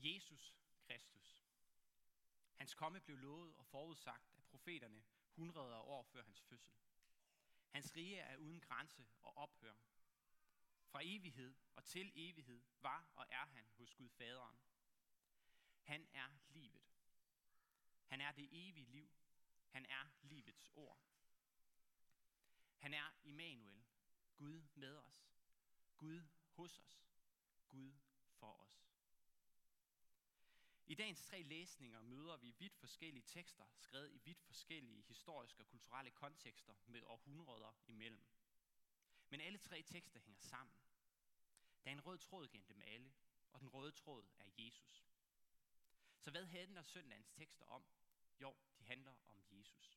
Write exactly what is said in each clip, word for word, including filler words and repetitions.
Jesus Kristus. Hans komme blev lovet og forudsagt af profeterne hundreder af år før hans fødsel. Hans rige er uden grænse og ophør. Fra evighed og til evighed var og er han hos Gud Faderen. Han er livet. Han er det evige liv. Han er livets ord. Han er Immanuel, Gud med os, Gud hos os, Gud for os. I dagens tre læsninger møder vi vidt forskellige tekster, skrevet i vidt forskellige historiske og kulturelle kontekster med århundreder imellem. Men alle tre tekster hænger sammen. Der er en rød tråd gennem dem alle, og den røde tråd er Jesus. Så hvad handler søndagens tekster om? Jo, de handler om Jesus.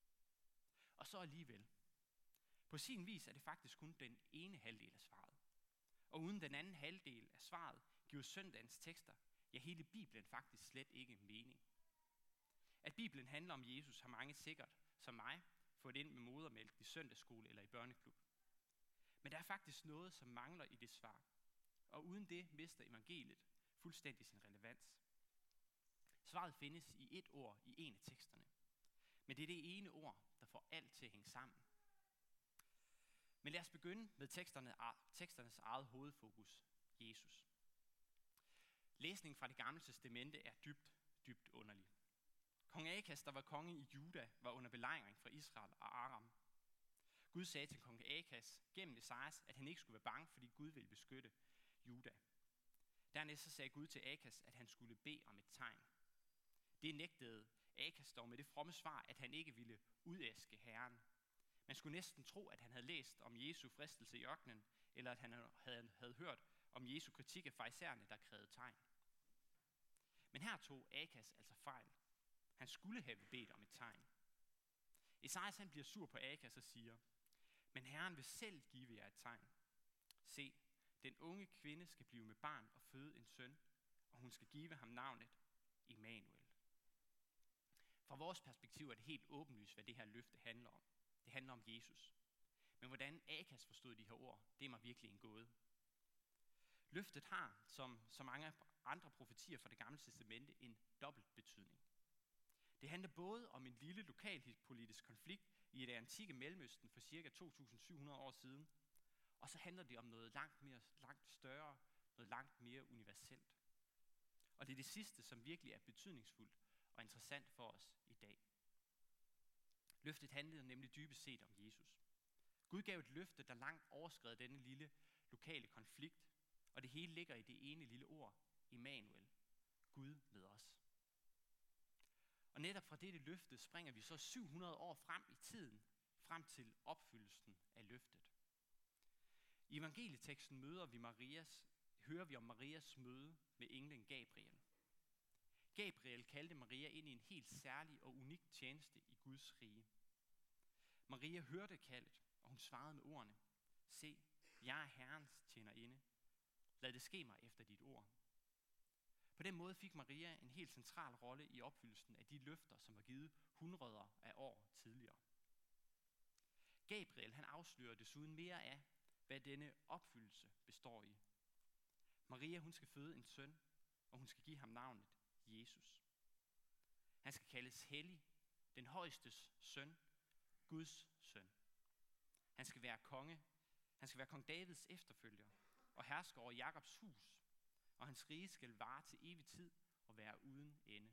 Og så alligevel. På sin vis er det faktisk kun den ene halvdel af svaret. Og uden den anden halvdel af svaret giver søndagens tekster, ja hele Bibelen faktisk slet ikke mening. At Bibelen handler om Jesus har mange sikkert, som mig, fået ind med modermælk i søndagsskole eller i børneklub. Men der er faktisk noget, som mangler i det svar. Og uden det mister evangeliet fuldstændig sin relevans. Svaret findes i et ord i en af teksterne. Men det er det ene ord, der får alt til at hænge sammen. Men lad os begynde med teksterne, teksternes eget hovedfokus, Jesus. Læsningen fra det gamle testamente er dybt, dybt underlig. Kong Akas, der var konge i Juda, var under belejring fra Israel og Aram. Gud sagde til kong Akas gennem Esajas, at han ikke skulle være bange, fordi Gud ville beskytte Juda. Dernæst så sagde Gud til Akas, at han skulle bede om et tegn. Det nægtede Akas dog med det fromme svar, at han ikke ville udæske Herren. Man skulle næsten tro, at han havde læst om Jesu fristelse i ørkenen, eller at han havde, havde hørt om Jesu kritik af farisæerne, der krævede tegn. Men her tog Akas altså fejl. Han skulle have bedt om et tegn. Esajas han bliver sur på Akas og siger, men Herren vil selv give jer et tegn. Se, den unge kvinde skal blive med barn og føde en søn, og hun skal give ham navnet Immanuel. Fra vores perspektiv er det helt åbenlyst, hvad det her løfte handler om. Det handler om Jesus. Men hvordan Akas forstod de her ord, det er mig virkelig en gåde. Løftet har, som så mange andre profetier fra det gamle testamente, en dobbelt betydning. Det handler både om en lille lokalpolitisk konflikt i det antikke Mellemøsten for ca. to tusind syv hundrede år siden, og så handler det om noget langt, mere, langt større, noget langt mere universelt. Og det er det sidste, som virkelig er betydningsfuldt og interessant for os i dag. Løftet handlede nemlig dybest set om Jesus. Gud gav et løfte, der langt overskred denne lille lokale konflikt, og det hele ligger i det ene lille ord, Immanuel, Gud med os. Og netop fra dette løfte springer vi så syv hundrede år frem i tiden, frem til opfyldelsen af løftet. I evangelieteksten møder vi Marias, hører vi om Marias møde med englen Gabriel. Gabriel kaldte Maria ind i en helt særlig og unik tjeneste i Guds rige. Maria hørte kaldet, og hun svarede med ordene, se, jeg er Herrens tjenerinde. Lad det ske mig efter dit ord. På den måde fik Maria en helt central rolle i opfyldelsen af de løfter, som var givet hundreder af år tidligere. Gabriel han afslører desuden mere af, hvad denne opfyldelse består i. Maria hun skal føde en søn, og hun skal give ham navnet Jesus. Han skal kaldes hellig, den højestes søn, Guds søn. Han skal være konge, han skal være kong Davids efterfølger og hersker over Jakobs hus, og hans rige skal vare til evig tid og være uden ende.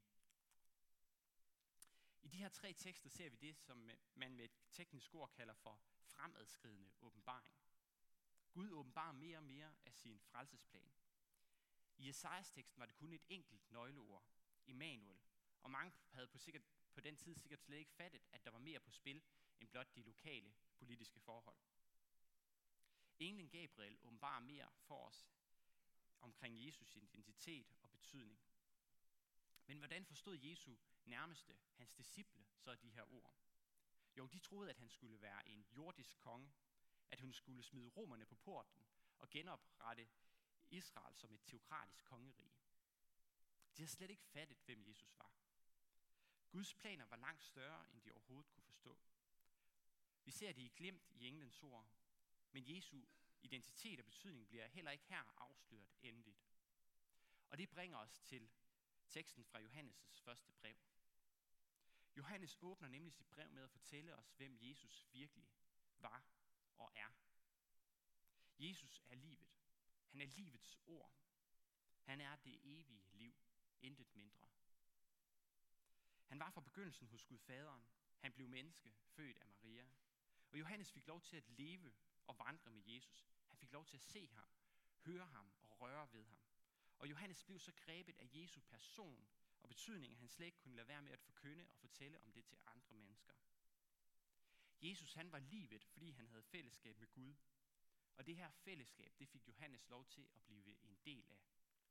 I de her tre tekster ser vi det, som man med et teknisk ord kalder for fremadskridende åbenbaring. Gud åbenbarer mere og mere af sin frelsesplan. I Esajas teksten var det kun et enkelt nøgleord, Immanuel, og mange havde på, sikkert, på den tid sikkert slet ikke fattet, at der var mere på spil end blot de lokale politiske forhold. Englen Gabriel åbenbarer mere for os omkring Jesus' identitet og betydning. Men hvordan forstod Jesu nærmeste, hans disciple, så de her ord? Jo, de troede, at han skulle være en jordisk konge, at hun skulle smide romerne på porten og genoprette Israel som et teokratisk kongerige. De har slet ikke fattet, hvem Jesus var. Guds planer var langt større, end de overhovedet kunne forstå. Vi ser det i glimt i englens ord, men Jesu identitet og betydning bliver heller ikke her afsløret endeligt. Og det bringer os til teksten fra Johannes' første brev. Johannes åbner nemlig sit brev med at fortælle os, hvem Jesus virkelig var og er. Jesus er livet. Han er livets ord. Han er det evige liv. Intet mindre. Han var fra begyndelsen hos Gud Faderen. Han blev menneske, født af Maria. Og Johannes fik lov til at leve og vandre med Jesus. Han fik lov til at se ham, høre ham og røre ved ham. Og Johannes blev så grebet af Jesu person og betydning, at han slet ikke kunne lade være med at forkynde og fortælle om det til andre mennesker. Jesus, han var livet, fordi han havde fællesskab med Gud. Og det her fællesskab, det fik Johannes lov til at blive en del af.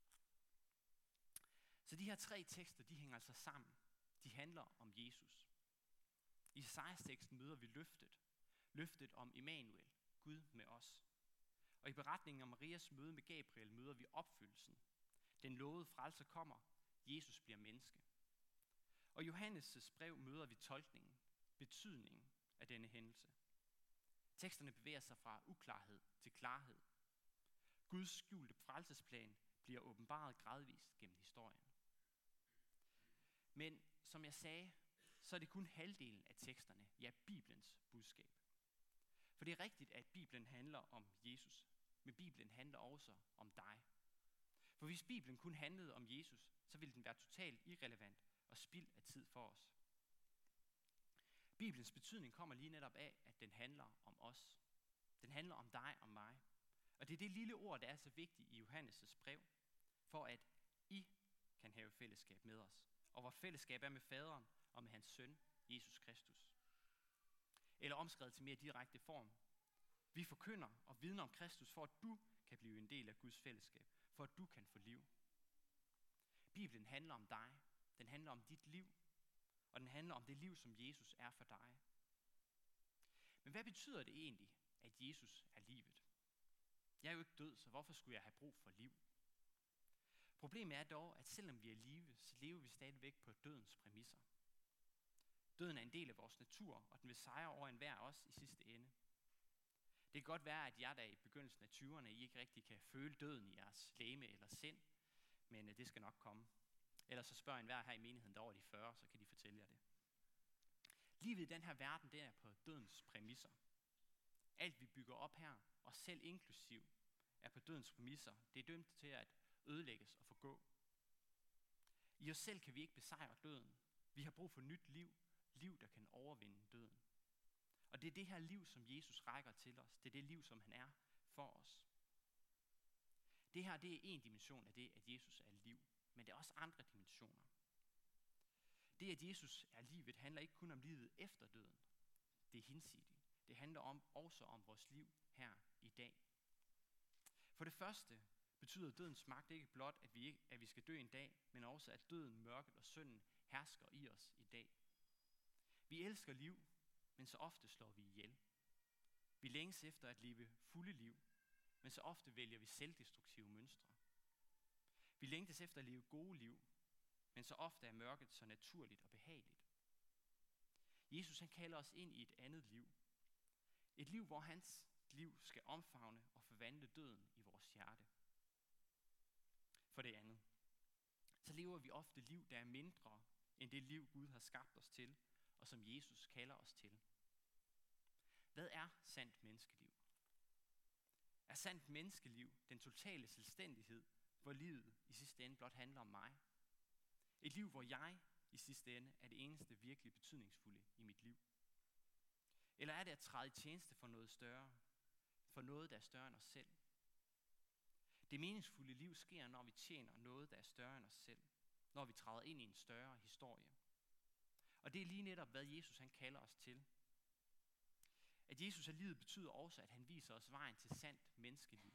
Så de her tre tekster, de hænger altså sammen. De handler om Jesus. I Esajas-teksten møder vi løftet. Løftet om Immanuel, Gud med os. Og i beretningen om Marias møde med Gabriel møder vi opfyldelsen. Den lovede frelser kommer. Jesus bliver menneske. Og i Johannes' brev møder vi tolkningen, betydningen af denne hændelse. Teksterne bevæger sig fra uklarhed til klarhed. Guds skjulte frelsesplan bliver åbenbaret gradvist gennem historien. Men som jeg sagde, så er det kun halvdelen af teksterne, ja, Bibelens budskab. For det er rigtigt, at Bibelen handler om Jesus, men Bibelen handler også om dig. For hvis Bibelen kun handlede om Jesus, så ville den være totalt irrelevant og spild af tid for os. Bibelens betydning kommer lige netop af, at den handler om os. Den handler om dig og mig. Og det er det lille ord, der er så vigtigt i Johannes' brev, for at I kan have fællesskab med os. Og hvor fællesskab er med faderen og med hans søn, Jesus Kristus. Eller omskrevet til mere direkte form. Vi forkynder og vidner om Kristus, for at du kan blive en del af Guds fællesskab. For at du kan få liv. Bibelen handler om dig. Den handler om dit liv. Og den handler om det liv, som Jesus er for dig. Men hvad betyder det egentlig, at Jesus er livet? Jeg er jo ikke død, så hvorfor skulle jeg have brug for liv? Problemet er dog, at selvom vi er live, så lever vi stadigvæk på dødens præmisser. Døden er en del af vores natur, og den vil sejre over enhver os i sidste ende. Det kan godt være, at jer der i begyndelsen af tyverne, I ikke rigtig kan føle døden i jeres legeme eller sind, men det skal nok komme. Ellers så spørger enhver her i menigheden, der over de fyrre, så kan de fortælle jer det. Livet i den her verden, det er på dødens præmisser. Alt vi bygger op her, og selv inklusiv, er på dødens præmisser. Det er dømt til at ødelægges og forgå. I os selv kan vi ikke besejre døden. Vi har brug for nyt liv. Liv, der kan overvinde døden. Og det er det her liv, som Jesus rækker til os. Det er det liv, som han er for os. Det her, det er en dimension af det, at Jesus er liv. Men der er også andre dimensioner. Det, at Jesus er livet, handler ikke kun om livet efter døden. Det er hinsidigt. Det handler om, også om vores liv her i dag. For det første betyder dødens magt ikke blot, at vi, ikke, at vi skal dø en dag, men også at døden, mørket og synden hersker i os i dag. Vi elsker liv, men så ofte slår vi ihjel. Vi længes efter at leve fulde liv, men så ofte vælger vi selvdestruktive mønstre. Vi længes efter at leve gode liv, men så ofte er mørket så naturligt og behageligt. Jesus han kalder os ind i et andet liv. Et liv, hvor hans liv skal omfavne og forvandle døden i vores hjerte. For det andet, så lever vi ofte liv, der er mindre end det liv, Gud har skabt os til, og som Jesus kalder os til. Hvad er sandt menneskeliv? Er sandt menneskeliv den totale selvstændighed, hvor livet i sidste ende blot handler om mig? Et liv, hvor jeg i sidste ende er det eneste virkelig betydningsfulde i mit liv? Eller er det at træde i tjeneste for noget større, for noget, der er større end os selv? Det meningsfulde liv sker, når vi tjener noget, der er større end os selv, når vi træder ind i en større historie. Og det er lige netop, hvad Jesus han kalder os til. At Jesus er livet betyder også, at han viser os vejen til sandt menneskeliv.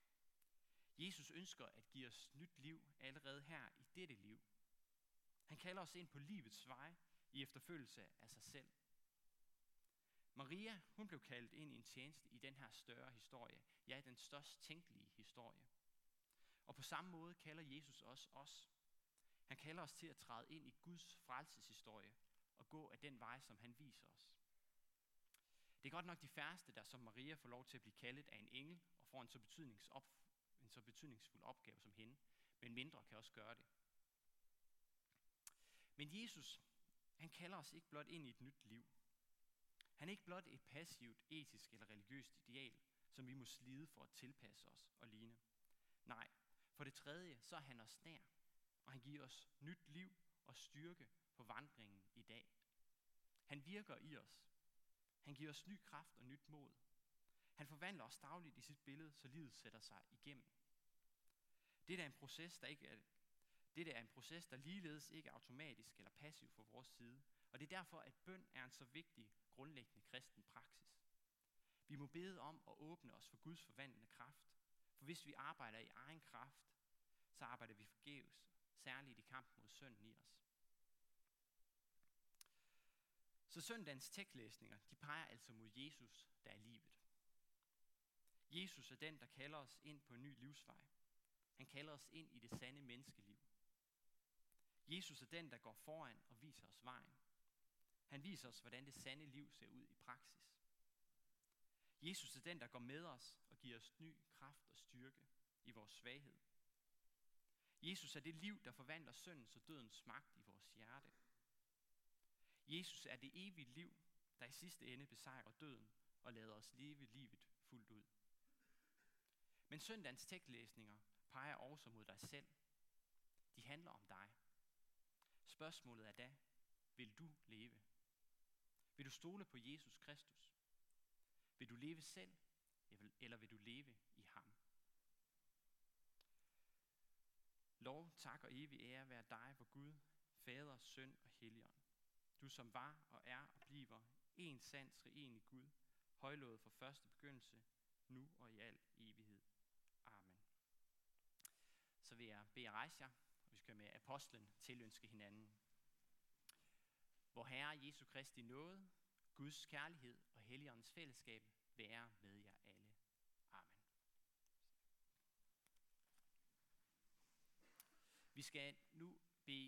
Jesus ønsker at give os nyt liv allerede her i dette liv. Han kalder os ind på livets vej i efterfølgelse af sig selv. Maria, hun blev kaldt ind i en tjeneste i den her større historie, ja, den størst tænkelige historie. Og på samme måde kalder Jesus også os. Han kalder os til at træde ind i Guds frelseshistorie og gå af den vej, som han viser os. Det er godt nok de færreste, der som Maria får lov til at blive kaldet af en engel og får en så betydningsop, en så betydningsfuld opgave som hende, men mindre kan også gøre det. Men Jesus, han kalder os ikke blot ind i et nyt liv. Han er ikke blot et passivt, etisk eller religiøst ideal, som vi må slide for at tilpasse os og ligne. Nej, for det tredje, så er han os nær, og han giver os nyt liv og styrke på vandringen i dag. Han virker i os. Han giver os ny kraft og nyt mod. Han forvandler os dagligt i sit billede, så livet sætter sig igennem. Dette er en proces, der ikke er, dette er en proces, der ligeledes ikke er automatisk eller passiv fra vores side, og det er derfor, at bøn er en så vigtig, grundlæggende kristen praksis. Vi må bede om at åbne os for Guds forvandlende kraft, for hvis vi arbejder i egen kraft, så arbejder vi forgæves, særligt i kampen mod synden i os. Så søndagens tekstlæsninger, de peger altså mod Jesus, der er livet. Jesus er den, der kalder os ind på en ny livsvej. Han kalder os ind i det sande menneskeliv. Jesus er den, der går foran og viser os vejen. Han viser os, hvordan det sande liv ser ud i praksis. Jesus er den, der går med os og giver os ny kraft og styrke i vores svaghed. Jesus er det liv, der forvandler syndens og dødens magt i vores hjerte. Jesus er det evige liv, der i sidste ende besejrer døden og lader os leve livet fuldt ud. Men søndagens tekstlæsninger peger også mod dig selv. De handler om dig. Spørgsmålet er da, vil du leve? Vil du stole på Jesus Kristus? Vil du leve selv, eller vil du leve i ham? Lov, tak og evig ære være dig, vor Gud, Fader, Søn og Helligånd. Du som var og er og bliver en sand treenig Gud, højlovet fra første begyndelse, nu og i al evighed. Amen. Så vil jeg bede jer rejse jer, og vi skal med apostlen tilønske hinanden. Vor Herre Jesu Kristi nåde, Guds kærlighed og Helligåndens fællesskab være med jer alle. Amen. Vi skal nu